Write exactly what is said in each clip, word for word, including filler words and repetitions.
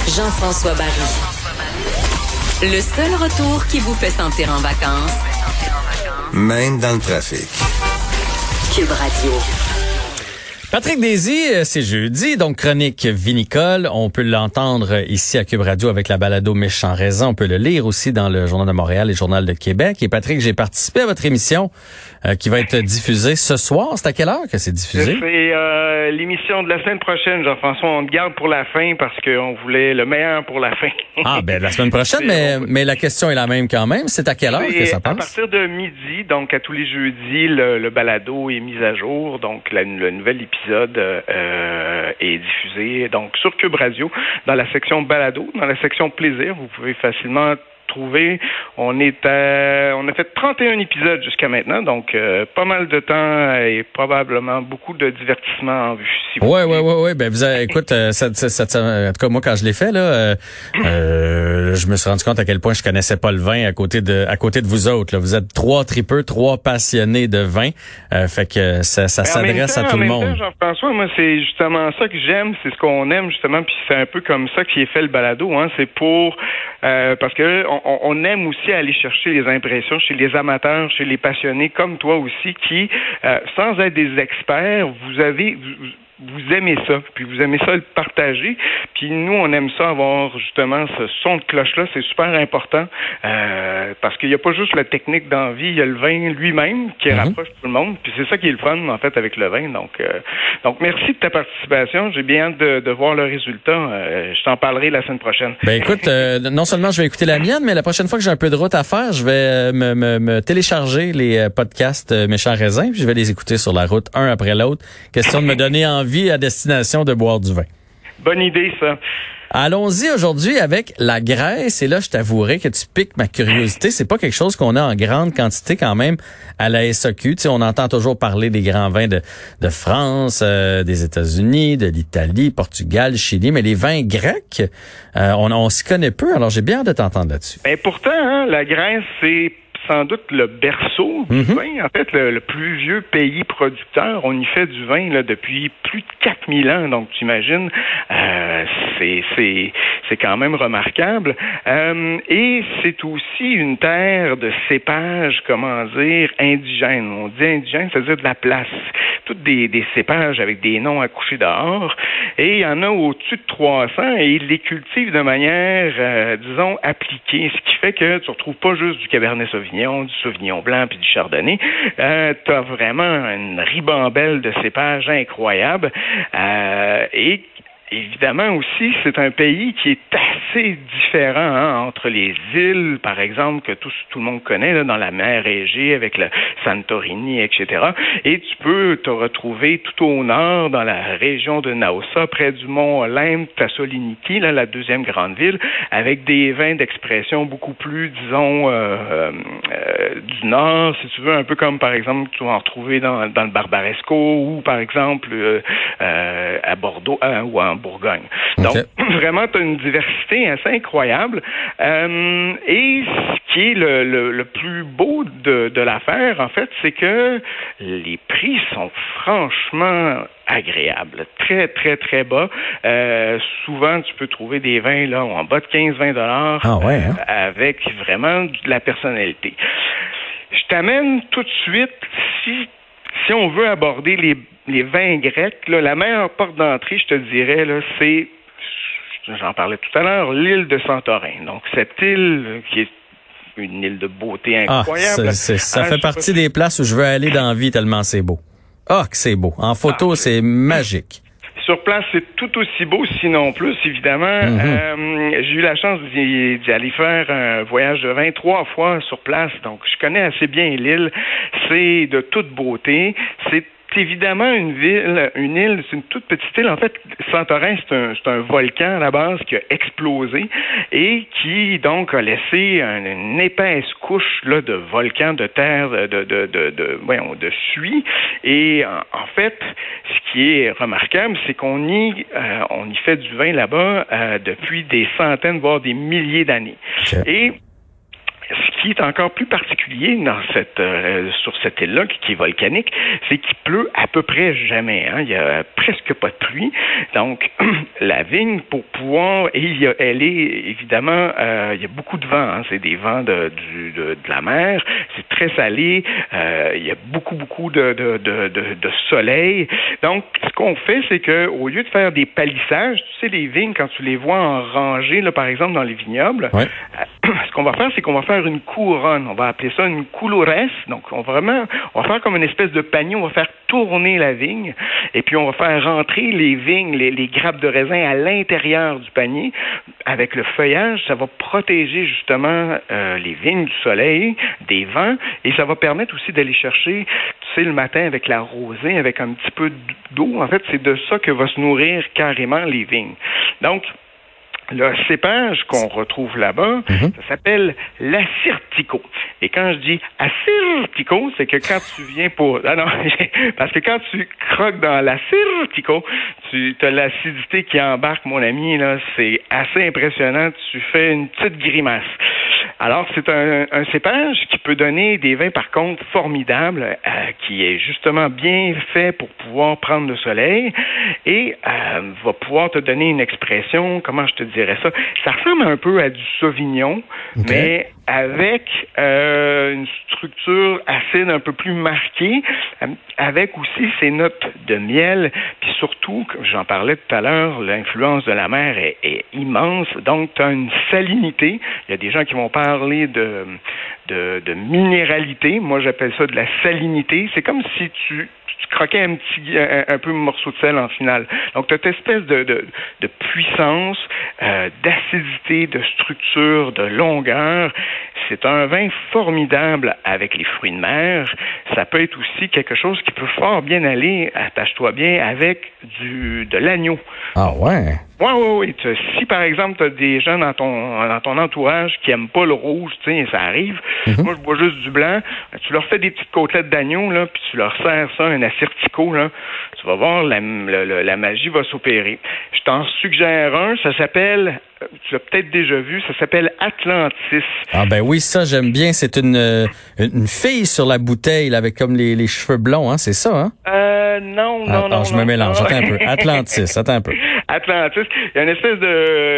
Jean-François Barry. Le seul retour qui vous fait sentir en vacances, même dans le trafic. Cube Radio. Patrick Désy, c'est jeudi, donc chronique vinicole. On peut l'entendre ici à Cube Radio avec la balado Méchant Raisin. On peut le lire aussi dans le Journal de Montréal et le Journal de Québec. Et Patrick, j'ai participé à votre émission euh, qui va être diffusée ce soir. C'est à quelle heure que c'est diffusé? C'est euh, l'émission de la semaine prochaine, Jean-François. On te garde pour la fin parce qu'on voulait le meilleur pour la fin. Ah, ben la semaine prochaine, mais, mais la question est la même quand même. C'est à quelle heure que ça passe? À partir de midi, donc à tous les jeudis, le, le balado est mis à jour. Donc la, le nouvel épisode euh, est diffusé donc sur Cube Radio dans la section balado, dans la section plaisir. Vous pouvez facilement trouver. On est à, on a fait trente et un épisodes jusqu'à maintenant, donc euh, pas mal de temps et probablement beaucoup de divertissement en vue. Si ouais, ouais, ouais, ouais. Ben vous avez, écoute, euh, ça, ça, ça, en tout cas moi quand je l'ai fait là, euh, euh, je me suis rendu compte à quel point je connaissais pas le vin à côté de, à côté de vous autres. Là. Vous êtes trois tripeux, trois passionnés de vin, euh, fait que ça, ça s'adresse temps, à tout le monde. Temps, Jean-François, moi c'est justement ça que j'aime, c'est ce qu'on aime justement, puis c'est un peu comme ça qui est fait le balado. Hein, c'est pour euh, parce que on, on aime aussi aller chercher les impressions chez les amateurs, chez les passionnés comme toi aussi, qui, euh, sans être des experts, vous avez... Vous, vous aimez ça, puis vous aimez ça le partager, puis nous, on aime ça avoir justement ce son de cloche-là, c'est super important, euh, parce qu'il n'y a pas juste la technique d'envie, il y a le vin lui-même qui mm-hmm. rapproche tout le monde, puis c'est ça qui est le fun, en fait, avec le vin, donc euh, donc merci de ta participation, j'ai bien hâte de, de voir le résultat, euh, je t'en parlerai la semaine prochaine. Ben écoute, euh, non seulement je vais écouter la mienne, mais la prochaine fois que j'ai un peu de route à faire, je vais me, me, me télécharger les podcasts euh, Méchant Raisin, puis je vais les écouter sur la route, un après l'autre, question de me donner envie à destination de boire du vin. Bonne idée, ça. Allons-y aujourd'hui avec la Grèce. Et là, je t'avouerai que tu piques ma curiosité. C'est pas quelque chose qu'on a en grande quantité quand même à la S A Q. Tu sais, on entend toujours parler des grands vins de, de France, euh, des États-Unis, de l'Italie, Portugal, Chili. Mais les vins grecs, euh, on, on s'y connaît peu. Alors, j'ai bien hâte de t'entendre là-dessus. Ben pourtant, hein, la Grèce, c'est sans doute le berceau du mm-hmm. vin, en fait, le, le plus vieux pays producteur. On y fait du vin là, depuis plus de quatre mille ans, donc tu imagines, euh, c'est, c'est, c'est quand même remarquable. Euh, et c'est aussi une terre de cépages, comment dire, indigènes. On dit indigène, c'est-à-dire de la place. Toutes des, des cépages avec des noms accouchés dehors. Et il y en a au-dessus de trois cents et ils les cultivent de manière, euh, disons, appliquée. Ce qui fait que tu ne retrouves pas juste du Cabernet Sauvignon, du Sauvignon blanc puis du Chardonnay. Euh, tu as vraiment une ribambelle de cépages incroyables. Euh, et évidemment aussi, c'est un pays qui est assez différent hein, entre les îles, par exemple, que tout, tout le monde connaît là, dans la mer Égée avec le Santorini, et cetera. Et tu peux te retrouver tout au nord, dans la région de Naoussa, près du mont Olympe, Thessaloniki, là, la deuxième grande ville, avec des vins d'expression beaucoup plus, disons, euh, euh, du nord, si tu veux, un peu comme, par exemple, tu vas en retrouver dans, dans le Barbaresco ou, par exemple, euh, euh, à Bordeaux euh, ou en Bourgogne. Donc, okay. Vraiment, tu as une diversité assez incroyable. Euh, et ce qui est le, le, le plus beau de, de l'affaire, en fait, c'est que les prix sont franchement agréables. Très, très, très bas. Euh, souvent, tu peux trouver des vins là en bas de quinze à vingt dollars ah ouais, hein? euh, avec vraiment de la personnalité. Je t'amène tout de suite, si Si on veut aborder les, les vins grecs, là, la meilleure porte d'entrée, je te dirais, là, c'est, j'en parlais tout à l'heure, l'île de Santorin. Donc, cette île qui est une île de beauté incroyable. Ah, c'est, c'est, ça ah, fait partie des places où je veux aller dans la vie tellement c'est beau. Ah, que c'est beau. En photo, ah, c'est magique. Sur place, c'est tout aussi beau, sinon plus, évidemment. Mm-hmm. Euh, j'ai eu la chance d'y, d'y aller faire un voyage de vin trois fois sur place, donc je connais assez bien l'île. C'est de toute beauté. C'est évidemment une ville, une île, c'est une toute petite île. En fait, Santorin, c'est un, c'est un volcan à la base qui a explosé et qui donc a laissé une, une épaisse couche là de volcans, de terre, de de de de, de, voyons, de suie. Et en, en fait, ce qui est remarquable, c'est qu'on y euh, on y fait du vin là-bas euh, depuis des centaines, voire des milliers d'années. Okay. Et ce ce qui est encore plus particulier dans cette euh, sur cette île-là, qui est volcanique, c'est qu'il pleut à peu près jamais. Hein. Il y a presque pas de pluie. Donc, la vigne, pour pouvoir... Et il y a, elle est, évidemment, euh, il y a beaucoup de vent. Hein. C'est des vents de, du, de, de la mer. C'est très salé. Euh, il y a beaucoup, beaucoup de, de, de, de, de soleil. Donc, ce qu'on fait, c'est que au lieu de faire des palissages, tu sais, les vignes, quand tu les vois en rangée, là, par exemple, dans les vignobles, ouais. euh, ce qu'on va faire, c'est qu'on va faire une couronne. On va appeler ça une coulores. Donc, on va vraiment, on va faire comme une espèce de panier. On va faire tourner la vigne et puis on va faire rentrer les vignes, les, les grappes de raisin à l'intérieur du panier. Avec le feuillage, ça va protéger justement euh, les vignes du soleil, des vents, et ça va permettre aussi d'aller chercher, tu sais, le matin avec la rosée, avec un petit peu d'eau. En fait, c'est de ça que va se nourrir carrément les vignes. Donc, le cépage qu'on retrouve là-bas, mm-hmm. ça s'appelle l'Assyrtiko. Et quand je dis Assyrtiko, c'est que quand tu viens pour... Ah non, parce que quand tu croques dans l'Assyrtiko, tu as l'acidité qui embarque, mon ami, là, c'est assez impressionnant. Tu fais une petite grimace. Alors, c'est un, un cépage qui peut donner des vins, par contre, formidables, euh, qui est justement bien fait pour pouvoir prendre le soleil et euh, va pouvoir te donner une expression, comment je te dirais ça, ça ressemble un peu à du Sauvignon, okay. mais avec euh, une structure acide un peu plus marquée, euh, avec aussi ces notes de miel, puis surtout, comme j'en parlais tout à l'heure, l'influence de la mer est, est immense, donc tu as une salinité. Il y a des gens qui vont parler de, de, de minéralité, moi j'appelle ça de la salinité. C'est comme si tu tu croquais un petit un, un peu un morceau de sel en finale. Donc, tu as cette espèce de, de, de puissance, euh, d'acidité, de structure, de longueur. C'est un vin formidable avec les fruits de mer. Ça peut être aussi quelque chose qui peut fort bien aller, attache-toi bien, avec du de l'agneau. Ah ouais? Oui, oui, oui. Si, par exemple, tu as des gens dans ton dans ton entourage qui n'aiment pas le rouge, tu sais, ça arrive. Mm-hmm. Moi, je bois juste du blanc. Tu leur fais des petites côtelettes d'agneau, là, puis tu leur sers ça, un Assyrtiko, là. Tu vas voir, la, la, la magie va s'opérer. Je t'en suggère un, ça s'appelle, tu l'as peut-être déjà vu, ça s'appelle Atlantis. Ah ben oui, ça, j'aime bien. C'est une une fille sur la bouteille, là, avec comme les, les cheveux blonds, hein, c'est ça, hein? Euh, non, non, ah, non. Alors, je non, me mélange, non. attends un peu. Atlantis, attends un peu. Atlantis, il y a une espèce de,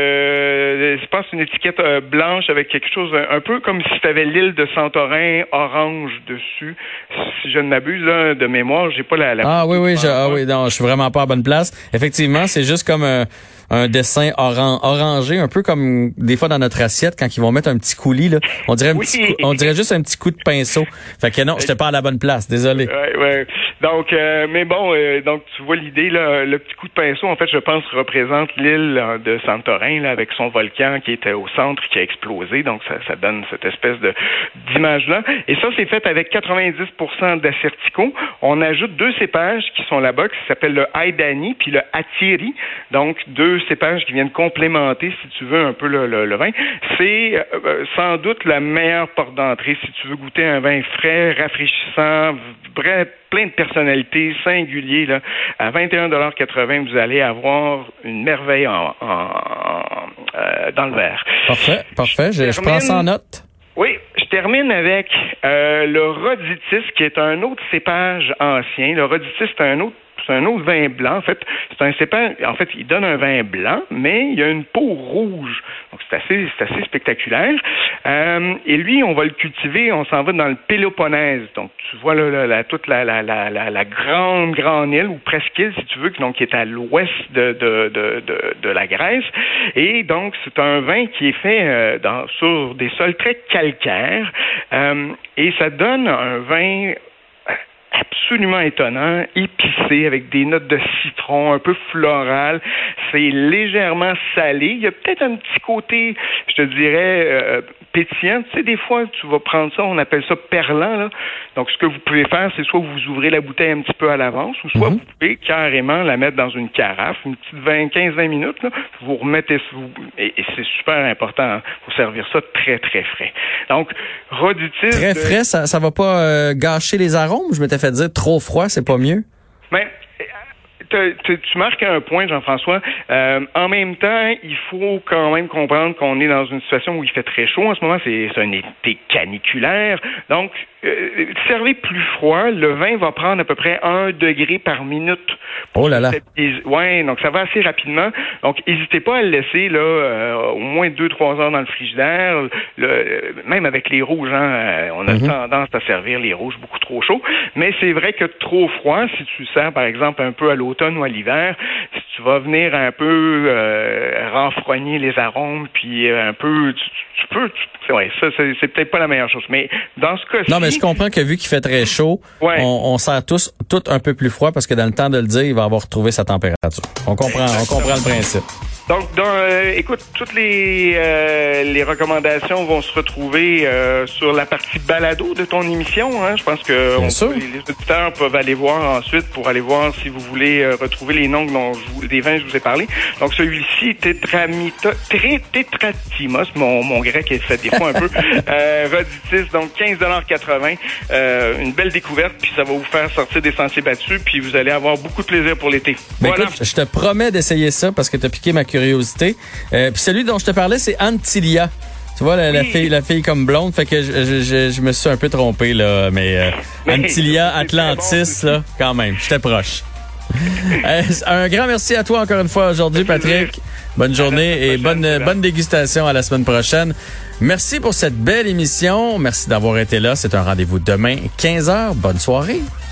euh, je pense, une étiquette euh, blanche avec quelque chose, un, un peu comme si tu avais l'île de Santorin orange dessus. Si je ne m'abuse, là, de mémoire, j'ai pas la... la ah oui, oui, je, ah oui, non, je suis vraiment pas à bonne place. Effectivement, c'est juste comme un, un dessin oran, orangé, un peu comme des fois dans notre assiette, quand ils vont mettre un petit coulis, là. On dirait un oui. petit, on dirait juste un petit coup de pinceau. Fait que non, j'étais pas à la bonne place, désolé. Ouais, ouais. Donc, euh, mais bon, euh, donc tu vois l'idée, là, le petit coup de pinceau, en fait, je pense, représente l'île de Santorin, là, avec son volcan qui était au centre, qui a explosé. Donc, ça, ça donne cette espèce de d'image-là. Et ça, c'est fait avec quatre-vingt-dix pour cent d'Assyrtiko. On ajoute deux cépages qui sont là-bas, qui s'appellent le Haidani puis le Hatyri. Donc, deux cépages qui viennent complémenter, si tu veux, un peu le, le, le vin. C'est euh, sans doute la meilleure porte d'entrée si tu veux goûter un vin frais, rafraîchissant, bref, plein de personnalités, singulier, là. À vingt et un dollars quatre-vingts, vous allez avoir une merveille en, en, en, euh, dans le verre. Parfait, parfait. Je, je, je prends ça en note. Oui, je termine avec euh, le Roditis, qui est un autre cépage ancien. Le Roditis, c'est un autre C'est un autre vin blanc. En fait, c'est un cépage. En fait, il donne un vin blanc, mais il y a une peau rouge. Donc, c'est assez, c'est assez spectaculaire. Euh, et lui, on va le cultiver. On s'en va dans le Péloponnèse. Donc, tu vois là, là, là toute la, la, la, la, la grande, grande île, ou presque île, si tu veux, donc qui est à l'ouest de, de, de, de, de la Grèce. Et donc, c'est un vin qui est fait euh, dans, sur des sols très calcaires. Euh, et ça donne un vin absolument étonnant, épicé, avec des notes de citron, un peu floral. C'est légèrement salé. Il y a peut-être un petit côté, je te dirais, euh, pétillant. Tu sais, des fois, tu vas prendre ça, on appelle ça perlant, là. Donc, ce que vous pouvez faire, c'est soit vous ouvrez la bouteille un petit peu à l'avance, ou soit mm-hmm. vous pouvez carrément la mettre dans une carafe, une petite vingt, quinze à vingt minutes, là. Vous remettez, vous, et, et c'est super important, hein, pour servir ça très, très frais. Donc, Roditis... Très de... frais, ça, ça va pas euh, gâcher les arômes? Je m'étais fait dire trop froid, c'est pas mieux? Mais, t'as, t'as, tu marques un point, Jean-François. Euh, en même temps, il faut quand même comprendre qu'on est dans une situation où il fait très chaud en ce moment. C'est, c'est un été caniculaire. Donc, euh, servez plus froid. Le vin va prendre à peu près un degré par minute. Oh là là. Ouais, donc ça va assez rapidement. Donc, n'hésitez pas à le laisser là euh, au moins deux, trois heures dans le frigidaire. Le, même avec les rouges, hein, on a mm-hmm. tendance à servir les rouges beaucoup trop chaud. Mais c'est vrai que trop froid, si tu sers par exemple un peu à l'automne ou à l'hiver, si tu vas venir un peu euh, renfrogner les arômes, puis un peu, tu, tu peux, tu, c'est vrai, ça c'est, c'est peut-être pas la meilleure chose. Mais dans ce cas-ci, non, mais je comprends que vu qu'il fait très chaud, ouais. on, on sert tous tout un peu plus froid parce que dans le temps de le dire, il va avoir retrouvé sa température. On comprend, on comprend le principe. Donc, dans, euh, écoute, toutes les euh, les recommandations vont se retrouver euh, sur la partie balado de ton émission. Hein. Je pense que on peut, les auditeurs peuvent aller voir ensuite pour aller voir si vous voulez euh, retrouver les noms dont je vous, des vins que je vous ai parlé. Donc, celui-ci, Tetramita, Tetratimos, mon, mon grec est fait des fois un peu, euh, Roditis, donc quinze dollars quatre-vingts. Euh, une belle découverte, puis ça va vous faire sortir des sentiers battus, puis vous allez avoir beaucoup de plaisir pour l'été. Ben voilà. Écoute, je te promets d'essayer ça parce que tu as piqué ma curiosité. Euh, puis celui dont je te parlais, c'est Antilia. Tu vois, la, oui. la fille la fille comme blonde, fait que je, je, je, je me suis un peu trompé, là, mais, euh, mais Antilia Atlantis, bon, là, quand même, j'étais proche. euh, un grand merci à toi encore une fois aujourd'hui, Patrick. Bonne journée et bonne, bonne dégustation à la semaine prochaine. Merci pour cette belle émission. Merci d'avoir été là. C'est un rendez-vous demain, quinze heures. Bonne soirée.